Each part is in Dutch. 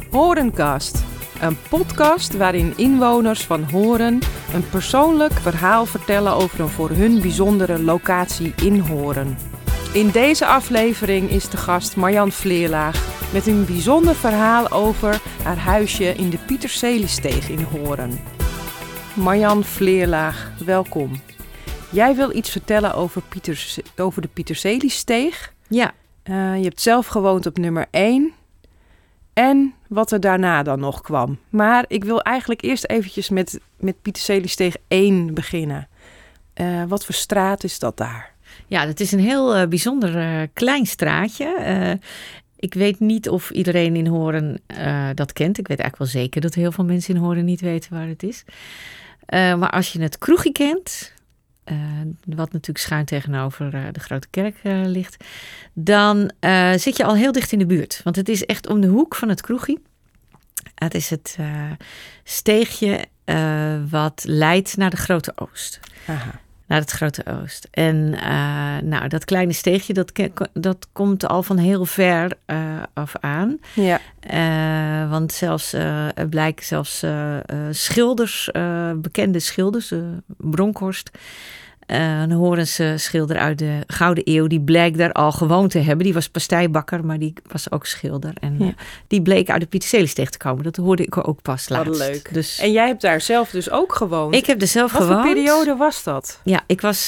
Horencast, een podcast waarin inwoners van Horen een persoonlijk verhaal vertellen over een voor hun bijzondere locatie in Horen. In deze aflevering is de gast Marjan Vleerlaag met een bijzonder verhaal over haar huisje in de Pieterseliesteeg in Horen. Marjan Vleerlaag, welkom. Jij wil iets vertellen over de Pieterseliesteeg. Ja. Je hebt zelf gewoond op nummer 1 en wat er daarna dan nog kwam. Maar ik wil eigenlijk eerst eventjes met Pieterseliesteeg 1 beginnen. Wat voor straat is dat daar? Ja, dat is een heel bijzonder klein straatje. Ik weet niet of iedereen in Horen dat kent. Ik weet eigenlijk wel zeker dat heel veel mensen in Horen niet weten waar het is. Maar als je het kroegje kent, wat natuurlijk schuin tegenover de Grote Kerk ligt, dan zit je al heel dicht in de buurt. Want het is echt om de hoek van het kroegje. Het is het steegje wat leidt naar de Grote Oost. Aha. Naar het Grote Oost. En dat kleine steegje, dat komt al van heel ver af aan. Ja. Want er blijken zelfs schilders, bekende schilders, Bronkhorst, een Horense schilder uit de Gouden Eeuw, die bleek daar al gewoond te hebben. Die was pasteibakker, maar die was ook schilder. En die bleek uit de Pieterseliesteeg te komen. Dat hoorde ik ook pas laatst. Wat leuk. Dus, en jij hebt daar zelf dus ook gewoond? Ik heb er zelf gewoond. Wat voor periode was dat? Ja, ik was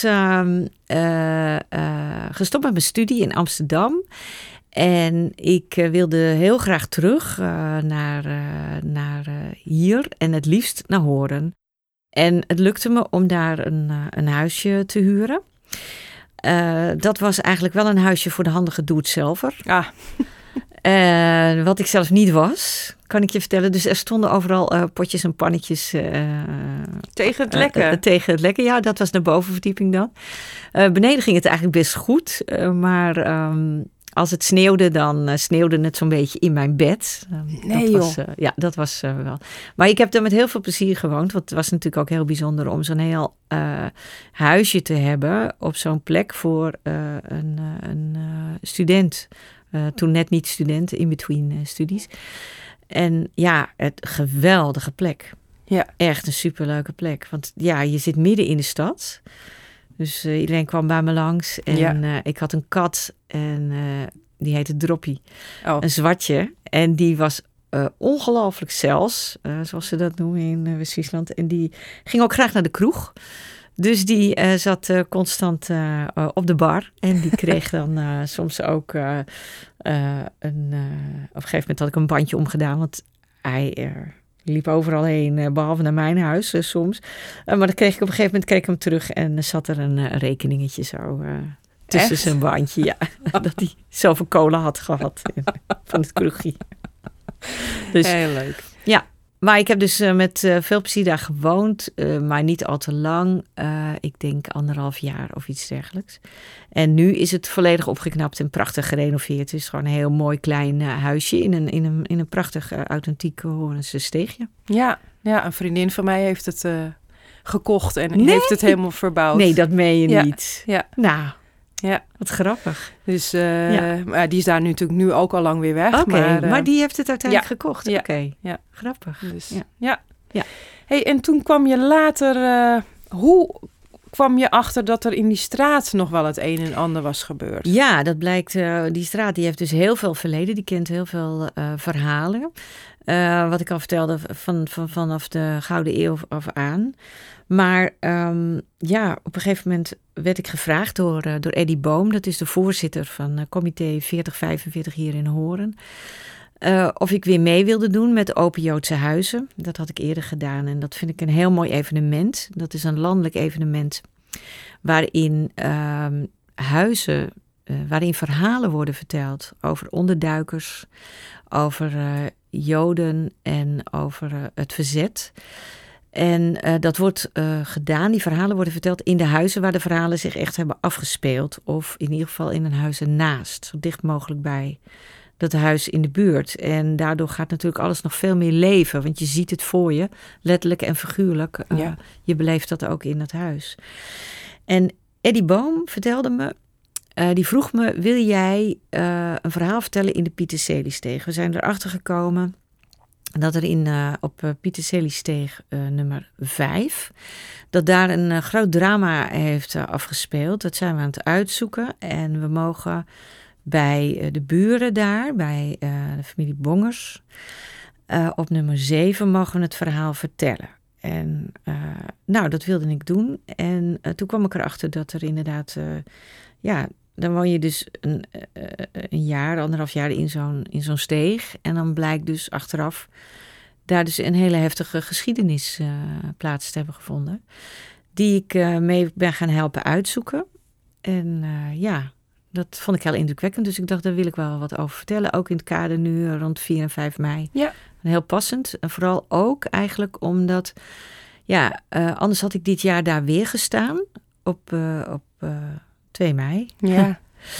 gestopt met mijn studie in Amsterdam. En ik wilde heel graag terug naar hier en het liefst naar Horen. En het lukte me om daar een huisje te huren. Dat was eigenlijk wel een huisje voor de handige doe-het-zelver. Ah. Wat ik zelf niet was, kan ik je vertellen. Dus er stonden overal potjes en pannetjes. Tegen het lekken? Tegen het lekken, ja. Dat was de bovenverdieping dan. Beneden ging het eigenlijk best goed. Maar als het sneeuwde, dan sneeuwde het zo'n beetje in mijn bed. Dat was wel. Maar ik heb daar met heel veel plezier gewoond. Want het was natuurlijk ook heel bijzonder om zo'n heel huisje te hebben op zo'n plek voor een student. Toen net niet student, in between studies. En ja, het geweldige plek. Ja. Echt een superleuke plek. Want ja, je zit midden in de stad. Dus iedereen kwam bij me langs. En ik had een kat en die heette Droppie. Oh. Een zwartje. En die was ongelooflijk zels, zoals ze dat noemen in West-Friesland. En die ging ook graag naar de kroeg. Dus die zat constant op de bar. En die kreeg dan soms ook op een gegeven moment had ik een bandje omgedaan. Want hij liep overal heen, behalve naar mijn huis soms. Maar dan kreeg ik op een gegeven moment hem terug en zat er een rekeningetje zo tussen Echt? zijn bandje. Ja, dat hij zoveel cola had gehad van het kroegje. Dus, heel leuk. Ja, maar ik heb dus met veel plezier daar gewoond, maar niet al te lang. Ik denk 1,5 jaar of iets dergelijks. En nu is het volledig opgeknapt en prachtig gerenoveerd. Het is gewoon een heel mooi klein huisje in een prachtig authentiek Horense steegje. Ja, een vriendin van mij heeft het gekocht en heeft het helemaal verbouwd. Nee, dat meen je niet. Ja. Nou, ja. Wat grappig. Dus maar die is daar natuurlijk nu ook al lang weer weg. Oké, maar die heeft het uiteindelijk gekocht. Ja. Oké. Ja. Grappig. Dus, ja. Hey, en toen kwam je later... hoe kwam je achter dat er in die straat nog wel het een en ander was gebeurd? Ja, dat blijkt. Die straat die heeft dus heel veel verleden. Die kent heel veel verhalen. Wat ik al vertelde vanaf de Gouden Eeuw af aan. Maar op een gegeven moment werd ik gevraagd door Eddie Boom. Dat is de voorzitter van comité 4045 hier in Horen. Of ik weer mee wilde doen met Open Joodse Huizen. Dat had ik eerder gedaan en dat vind ik een heel mooi evenement. Dat is een landelijk evenement waarin huizen, waarin verhalen worden verteld over onderduikers, over Joden en over het verzet. En dat wordt gedaan, die verhalen worden verteld in de huizen waar de verhalen zich echt hebben afgespeeld. Of in ieder geval in een huis ernaast, zo dicht mogelijk bij dat huis in de buurt. En daardoor gaat natuurlijk alles nog veel meer leven. Want je ziet het voor je, letterlijk en figuurlijk. Je beleeft dat ook in het huis. En Eddie Boom vertelde me, die vroeg me, wil jij een verhaal vertellen in de Pieterseliesteeg? We zijn erachter gekomen dat er op Pieter-Celisteeg nummer 5... dat daar een groot drama heeft afgespeeld. Dat zijn we aan het uitzoeken. En we mogen bij de buren daar, bij de familie Bongers... op nummer 7 mogen we het verhaal vertellen. En dat wilde ik doen. En toen kwam ik erachter dat er inderdaad... dan woon je dus een jaar, 1,5 jaar in zo'n steeg. En dan blijkt dus achteraf daar dus een hele heftige geschiedenis plaats te hebben gevonden. Die ik mee ben gaan helpen uitzoeken. En dat vond ik heel indrukwekkend. Dus ik dacht, daar wil ik wel wat over vertellen. Ook in het kader nu rond 4 en 5 mei. Ja. Heel passend. En vooral ook eigenlijk omdat... anders had ik dit jaar daar weer gestaan. Op 2 mei. Ja.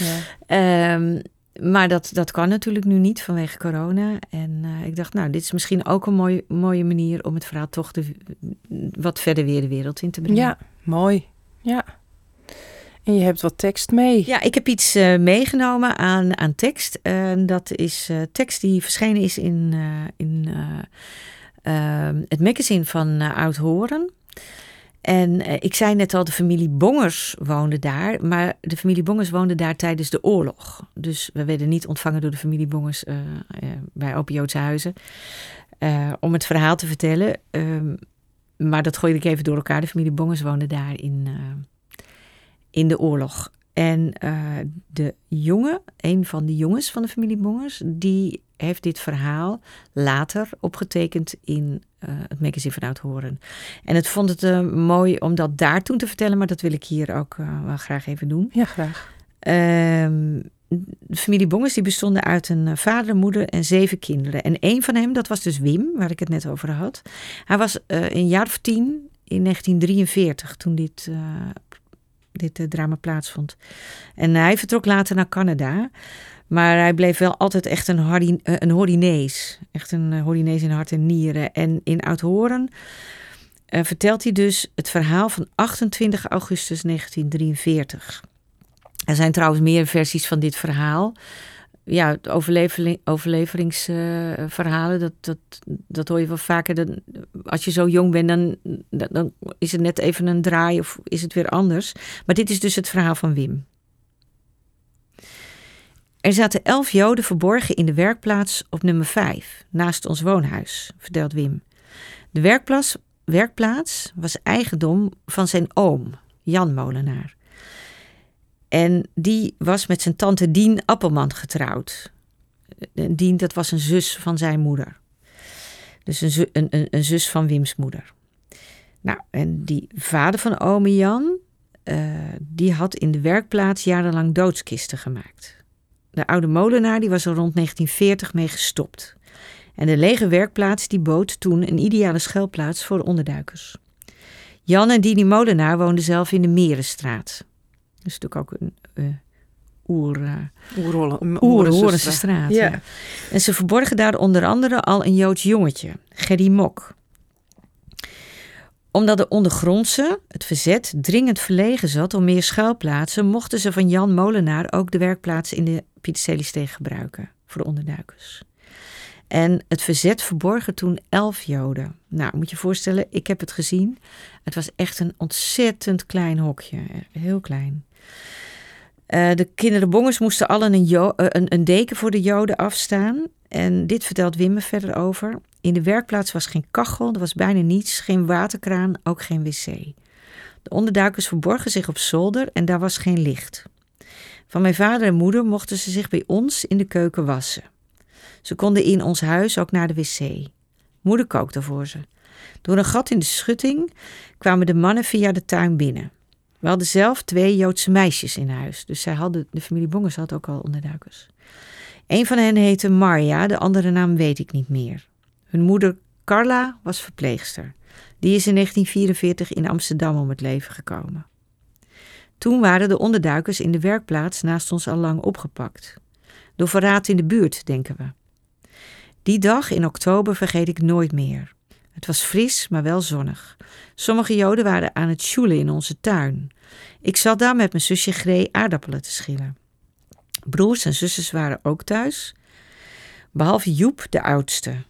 Maar dat kan natuurlijk nu niet vanwege corona. En ik dacht, dit is misschien ook een mooie manier... om het verhaal toch wat verder weer de wereld in te brengen. Ja, mooi. Ja. En je hebt wat tekst mee. Ja, ik heb iets meegenomen aan tekst. Dat is tekst die verschenen is in het magazine van Oud-Horen. En ik zei net al, de familie Bongers woonde daar. Maar de familie Bongers woonde daar tijdens de oorlog. Dus we werden niet ontvangen door de familie Bongers bij Open Joodse Huizen. Om het verhaal te vertellen. Maar dat gooide ik even door elkaar. De familie Bongers woonde daar in de oorlog. En een van de jongens van de familie Bongers... die heeft dit verhaal later opgetekend in het magazine van Oud-Horen. En het vond het mooi om dat daar toen te vertellen... maar dat wil ik hier ook wel graag even doen. Ja, graag. De familie Bongers die bestonden uit een vader, moeder en 7 kinderen. En één van hem, dat was dus Wim, waar ik het net over had. Hij was een jaar of 10 in 1943 toen dit drama plaatsvond. En hij vertrok later naar Canada. Maar hij bleef wel altijd echt een Horinees. Echt een Horinees in hart en nieren. En in Oud-Horen vertelt hij dus het verhaal van 28 augustus 1943. Er zijn trouwens meer versies van dit verhaal. Ja, overleveringsverhalen, dat hoor je wel vaker. Als je zo jong bent, dan is het net even een draai of is het weer anders. Maar dit is dus het verhaal van Wim. Er zaten 11 Joden verborgen in de werkplaats op nummer 5, naast ons woonhuis, vertelt Wim. De werkplaats was eigendom van zijn oom, Jan Molenaar. En die was met zijn tante Dien Appelman getrouwd. Dien, dat was een zus van zijn moeder. Dus een zus van Wims moeder. Nou, en die vader van ome Jan, die had in de werkplaats jarenlang doodskisten gemaakt. De oude molenaar die was er rond 1940 mee gestopt. En de lege werkplaats die bood toen een ideale schuilplaats voor onderduikers. Jan en Dini Molenaar woonden zelf in de Merenstraat. Dat is natuurlijk ook een Oer-Horense straat. Ja. Ja. En ze verborgen daar onder andere al een Joods jongetje, Gerry Mok. Omdat de ondergrondse, het verzet, dringend verlegen zat om meer schuilplaatsen, mochten ze van Jan Molenaar ook de werkplaats in de Pieter-Celisteeg gebruiken voor de onderduikers. En het verzet verborgen toen 11 Joden. Nou, moet je je voorstellen, ik heb het gezien. Het was echt een ontzettend klein hokje. Heel klein. De kinderen Bongers moesten allen een deken voor de Joden afstaan. En dit vertelt Wim me verder over. In de werkplaats was geen kachel, er was bijna niets. Geen waterkraan, ook geen wc. De onderduikers verborgen zich op zolder en daar was geen licht. Van mijn vader en moeder mochten ze zich bij ons in de keuken wassen. Ze konden in ons huis ook naar de wc. Moeder kookte voor ze. Door een gat in de schutting kwamen de mannen via de tuin binnen. We hadden zelf 2 Joodse meisjes in huis. Dus de familie Bongers had ook al onderduikers. Een van hen heette Marja, de andere naam weet ik niet meer. Hun moeder Carla was verpleegster. Die is in 1944 in Amsterdam om het leven gekomen. Toen waren de onderduikers in de werkplaats naast ons al lang opgepakt. Door verraad in de buurt, denken we. Die dag in oktober vergeet ik nooit meer. Het was fris, maar wel zonnig. Sommige Joden waren aan het sjoelen in onze tuin. Ik zat daar met mijn zusje Gree aardappelen te schillen. Broers en zusters waren ook thuis. Behalve Joep, de oudste.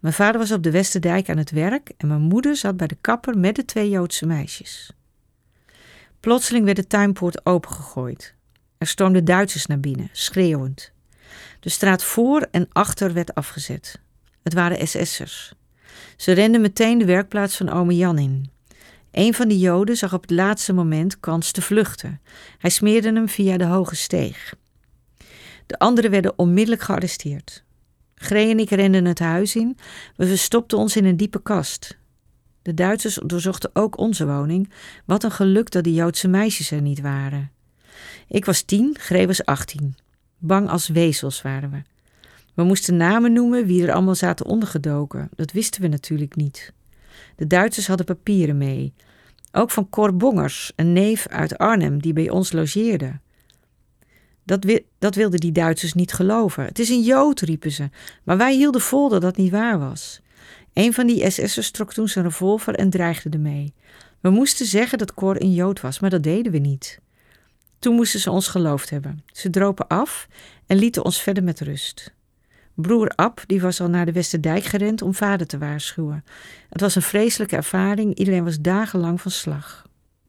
Mijn vader was op de Westerdijk aan het werk en mijn moeder zat bij de kapper met de 2 Joodse meisjes. Plotseling werd de tuinpoort opengegooid. Er stormden Duitsers naar binnen, schreeuwend. De straat voor en achter werd afgezet. Het waren SS'ers. Ze renden meteen de werkplaats van ome Jan in. Een van de Joden zag op het laatste moment kans te vluchten. Hij smeerde hem via de hoge steeg. De anderen werden onmiddellijk gearresteerd. Gree en ik renden het huis in. We verstopten ons in een diepe kast. De Duitsers doorzochten ook onze woning. Wat een geluk dat die Joodse meisjes er niet waren. Ik was 10, Gree was 18. Bang als wezels waren we. We moesten namen noemen wie er allemaal zaten ondergedoken. Dat wisten we natuurlijk niet. De Duitsers hadden papieren mee. Ook van Cor Bongers, een neef uit Arnhem die bij ons logeerde. Dat wilden die Duitsers niet geloven. Het is een Jood, riepen ze. Maar wij hielden vol dat dat niet waar was. Een van die SS'ers trok toen zijn revolver en dreigde ermee. We moesten zeggen dat Cor een Jood was, maar dat deden we niet. Toen moesten ze ons geloofd hebben. Ze dropen af en lieten ons verder met rust. Broer Ab, die was al naar de Westerdijk gerend om vader te waarschuwen. Het was een vreselijke ervaring. Iedereen was dagenlang van slag.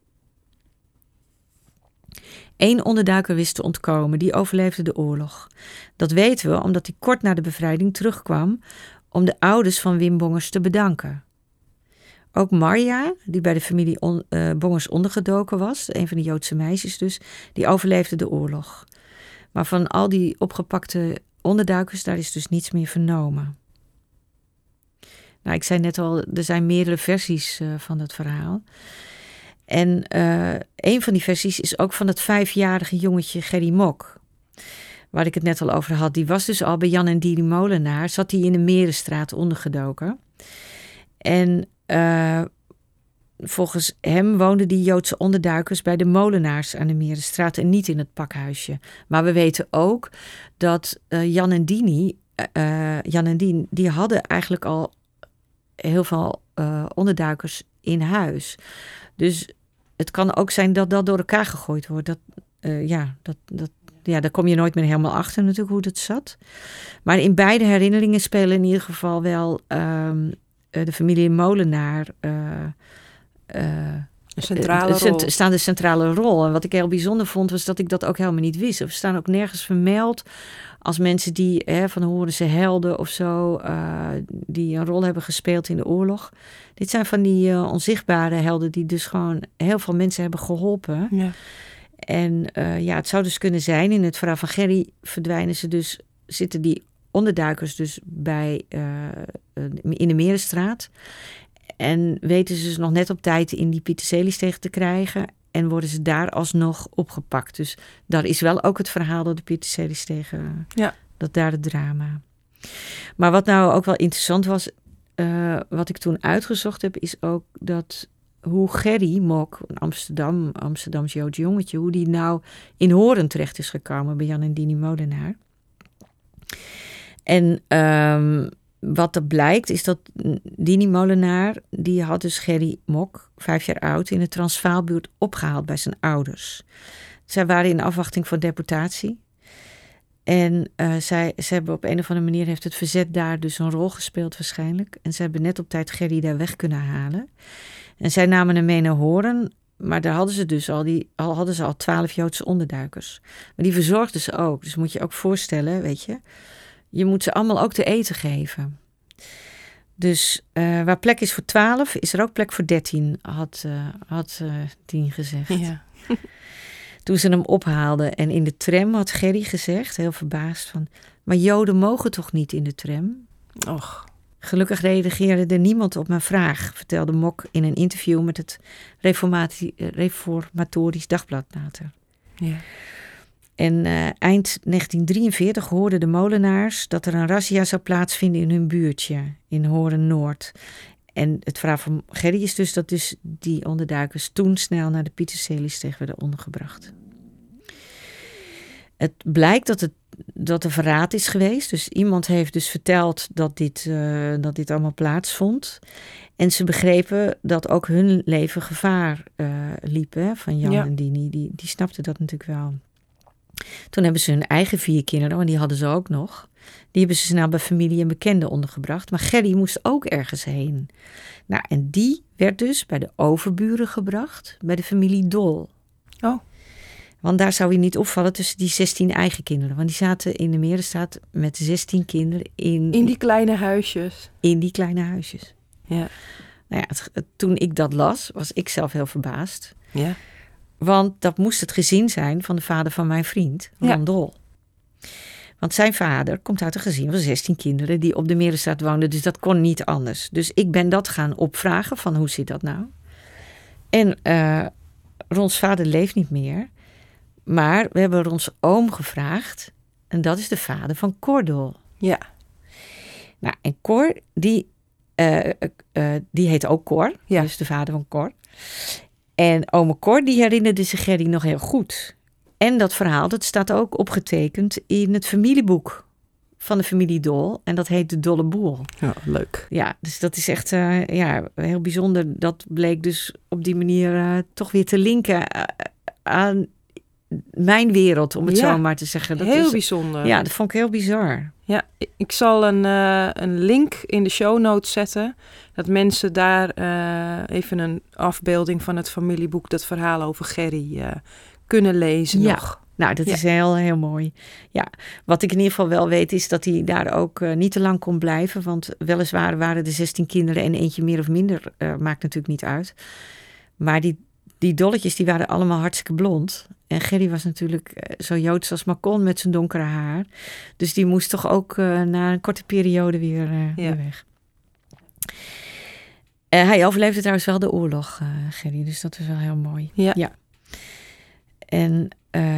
1 onderduiker wist te ontkomen. Die overleefde de oorlog. Dat weten we omdat hij kort na de bevrijding terugkwam om de ouders van Wim Bongers te bedanken. Ook Marja, die bij de familie Bongers ondergedoken was, een van de Joodse meisjes dus, die overleefde de oorlog. Maar van al die opgepakte onderduikers, daar is dus niets meer vernomen. Nou, ik zei net al, er zijn meerdere versies van het verhaal. En een van die versies is ook van het 5-jarige jongetje Gerry Mok. Waar ik het net al over had. Die was dus al bij Jan en Diri Molenaar. Zat hij in de Merenstraat ondergedoken. En volgens hem woonden die Joodse onderduikers bij de Molenaars aan de Merenstraat en niet in het pakhuisje. Maar we weten ook dat Jan en Dien, die hadden eigenlijk al heel veel onderduikers in huis. Dus het kan ook zijn dat dat door elkaar gegooid wordt. Daar kom je nooit meer helemaal achter natuurlijk hoe dat zat. Maar in beide herinneringen spelen in ieder geval wel de familie Molenaar staan de centrale rol. En wat ik heel bijzonder vond was dat ik dat ook helemaal niet wist. Er staan ook nergens vermeld als mensen die van horen ze helden of zo, die een rol hebben gespeeld in de oorlog. Dit zijn van die onzichtbare helden die dus gewoon heel veel mensen hebben geholpen. Ja. En het zou dus kunnen zijn, in het verhaal van Gerry zitten die onderduikers dus in de Merenstraat. En weten ze dus nog net op tijd in die Pieter tegen te krijgen. En worden ze daar alsnog opgepakt. Dus daar is wel ook het verhaal dat de Pieter tegen... Ja. Dat daar het drama. Maar wat nou ook wel interessant was, wat ik toen uitgezocht heb, is ook dat hoe Gerry Mok, een Amsterdams Joods jongetje, hoe die nou in Horen terecht is gekomen bij Jan en Dini Molenaar. En wat er blijkt is dat Dini Molenaar, die had dus Gerry Mok, 5 jaar oud, in de Transvaalbuurt opgehaald bij zijn ouders. Zij waren in afwachting van deportatie. En ze hebben op een of andere manier, heeft het verzet daar dus een rol gespeeld waarschijnlijk. En ze hebben net op tijd Gerry daar weg kunnen halen. En zij namen hem mee naar Horen, maar daar hadden ze dus al 12 Joodse onderduikers. Maar die verzorgden ze ook. Dus moet je ook voorstellen, weet je, je moet ze allemaal ook te eten geven. Dus waar plek is voor 12, is er ook plek voor 13, had Dien gezegd. Ja. Toen ze hem ophaalden en in de tram had Gerry gezegd, heel verbaasd van, maar Joden mogen toch niet in de tram? Och. Gelukkig reageerde er niemand op mijn vraag, vertelde Mok in een interview met het Reformatorisch Dagblad later. Ja. En eind 1943 hoorden de Molenaars dat er een razzia zou plaatsvinden in hun buurtje, in Horen-Noord. En het verhaal van Gerry is dus dat dus die onderduikers toen snel naar de Pieter werden ondergebracht. Het blijkt dat er verraad is geweest. Dus iemand heeft dus verteld dat dit allemaal plaatsvond. En ze begrepen dat ook hun leven gevaar liep, hè, van Jan en Dini. Die snapten dat natuurlijk wel. Toen hebben ze hun eigen 4 kinderen, want die hadden ze ook nog. Die hebben ze snel bij familie en bekenden ondergebracht. Maar Gerry moest ook ergens heen. Nou, en die werd dus bij de overburen gebracht, bij de familie Dol. Oh. Want daar zou hij niet opvallen tussen die 16 eigen kinderen. Want die zaten in de Merenstraat met 16 kinderen in die kleine huisjes. In die kleine huisjes. Ja. Nou ja, toen ik dat las, was ik zelf heel verbaasd. Ja. Want dat moest het gezin zijn van de vader van mijn vriend, Ron Dol. Want zijn vader komt uit een gezin van 16 kinderen die op de Merenstraat woonden. Dus dat kon niet anders. Dus ik ben dat gaan opvragen van hoe zit dat nou? En Rons vader leeft niet meer. Maar we hebben Rons oom gevraagd. En dat is de vader van Cor Dol. Ja. Nou, en Cor, die heet ook Cor. Ja. Dus de vader van Cor. En ome Cor, die herinnerde zich Gerry nog heel goed. En dat verhaal, dat staat ook opgetekend in het familieboek van de familie Dol. En dat heet De Dolle Boel. Ja, leuk. Ja, dus dat is echt heel bijzonder. Dat bleek dus op die manier toch weer te linken aan mijn wereld, om het zo maar te zeggen. Dat heel bijzonder. Ja, dat vond ik heel bizar. Ja, ik zal een link in de show notes zetten. Dat mensen daar even een afbeelding van het familieboek, dat verhaal over Gerry, kunnen lezen nog. Nou, dat is heel mooi. Ja, wat ik in ieder geval wel weet is dat hij daar ook niet te lang kon blijven. Want weliswaar waren er 16 kinderen en eentje meer of minder. Maakt natuurlijk niet uit. Maar die dolletjes die waren allemaal hartstikke blond. En Gerry was natuurlijk zo Joods als maar kon met zijn donkere haar. Dus die moest toch ook na een korte periode weer weg. Hij overleefde trouwens wel de oorlog, Gerry. Dus dat is wel heel mooi. Ja. En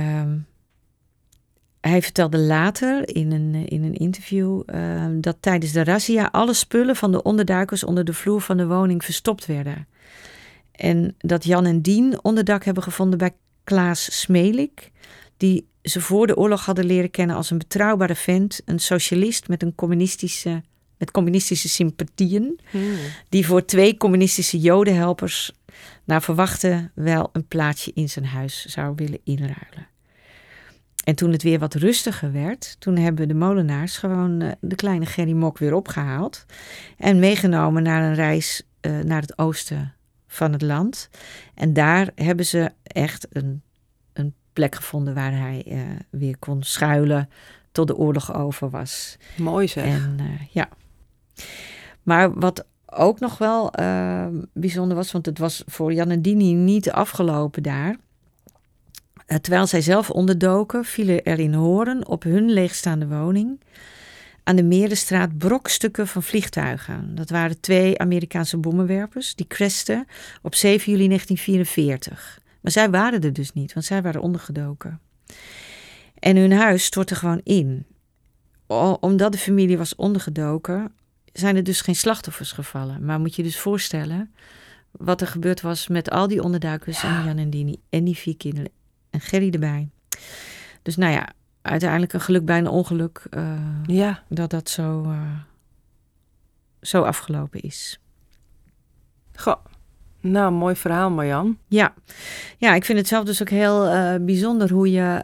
hij vertelde later in een interview dat tijdens de razzia alle spullen van de onderduikers onder de vloer van de woning verstopt werden. En dat Jan en Dien onderdak hebben gevonden bij Klaas Smelik, die ze voor de oorlog hadden leren kennen als een betrouwbare vent, een socialist met communistische sympathieën, die voor 2 communistische jodenhelpers naar verwachten wel een plaatsje in zijn huis zou willen inruilen. En toen het weer wat rustiger werd, toen hebben de molenaars gewoon de kleine Gerry Mok weer opgehaald en meegenomen naar een reis naar het oosten van het land. En daar hebben ze echt een plek gevonden waar hij weer kon schuilen tot de oorlog over was. Mooi zeg. En maar wat ook nog wel bijzonder was, want het was voor Jan en Dini niet afgelopen daar. Terwijl zij zelf onderdoken, vielen er in Hoorn op hun leegstaande woning aan de Merenstraat brokstukken van vliegtuigen. Dat waren 2 Amerikaanse bommenwerpers die crashten op 7 juli 1944. Maar zij waren er dus niet, want zij waren ondergedoken. En hun huis stortte gewoon in. Omdat de familie was ondergedoken, zijn er dus geen slachtoffers gevallen. Maar moet je dus voorstellen wat er gebeurd was met al die onderduikers en Jan en Dini en die 4 kinderen. En Gerry erbij. Dus nou ja, uiteindelijk een geluk bij een ongeluk dat zo afgelopen is. Goh, nou, mooi verhaal, Marjan. Ja, ik vind het zelf dus ook heel bijzonder hoe je,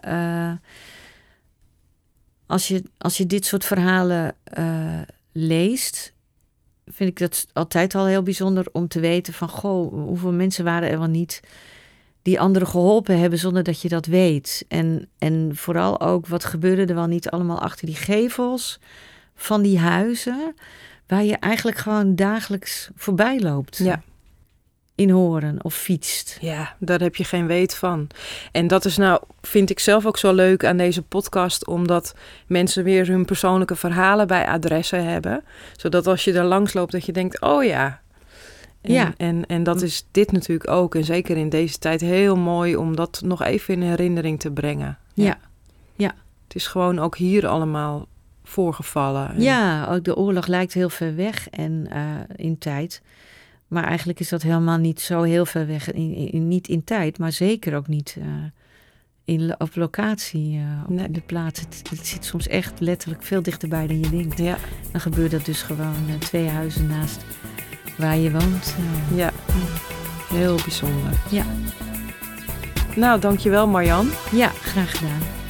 als je dit soort verhalen leest, vind ik dat altijd al heel bijzonder om te weten van, goh, hoeveel mensen waren er wel niet die anderen geholpen hebben zonder dat je dat weet. En vooral ook, wat gebeurde er wel niet allemaal achter die gevels van die huizen, waar je eigenlijk gewoon dagelijks voorbij loopt. Ja. In Hoorn of fietst. Ja, daar heb je geen weet van. En dat is nou, vind ik zelf ook zo leuk aan deze podcast, omdat mensen weer hun persoonlijke verhalen bij adressen hebben. Zodat als je daar langs loopt, dat je denkt, oh ja. En dat is dit natuurlijk ook. En zeker in deze tijd heel mooi om dat nog even in herinnering te brengen. Ja. Het is gewoon ook hier allemaal voorgevallen. Ja, ook de oorlog lijkt heel ver weg en in tijd. Maar eigenlijk is dat helemaal niet zo heel ver weg. Niet in tijd, maar zeker ook niet op locatie, op de plaats. Het zit soms echt letterlijk veel dichterbij dan je denkt. Ja. Dan gebeurt dat dus gewoon 2 huizen naast waar je woont. Ja, heel bijzonder. Ja. Nou, dankjewel Marjan. Ja, graag gedaan.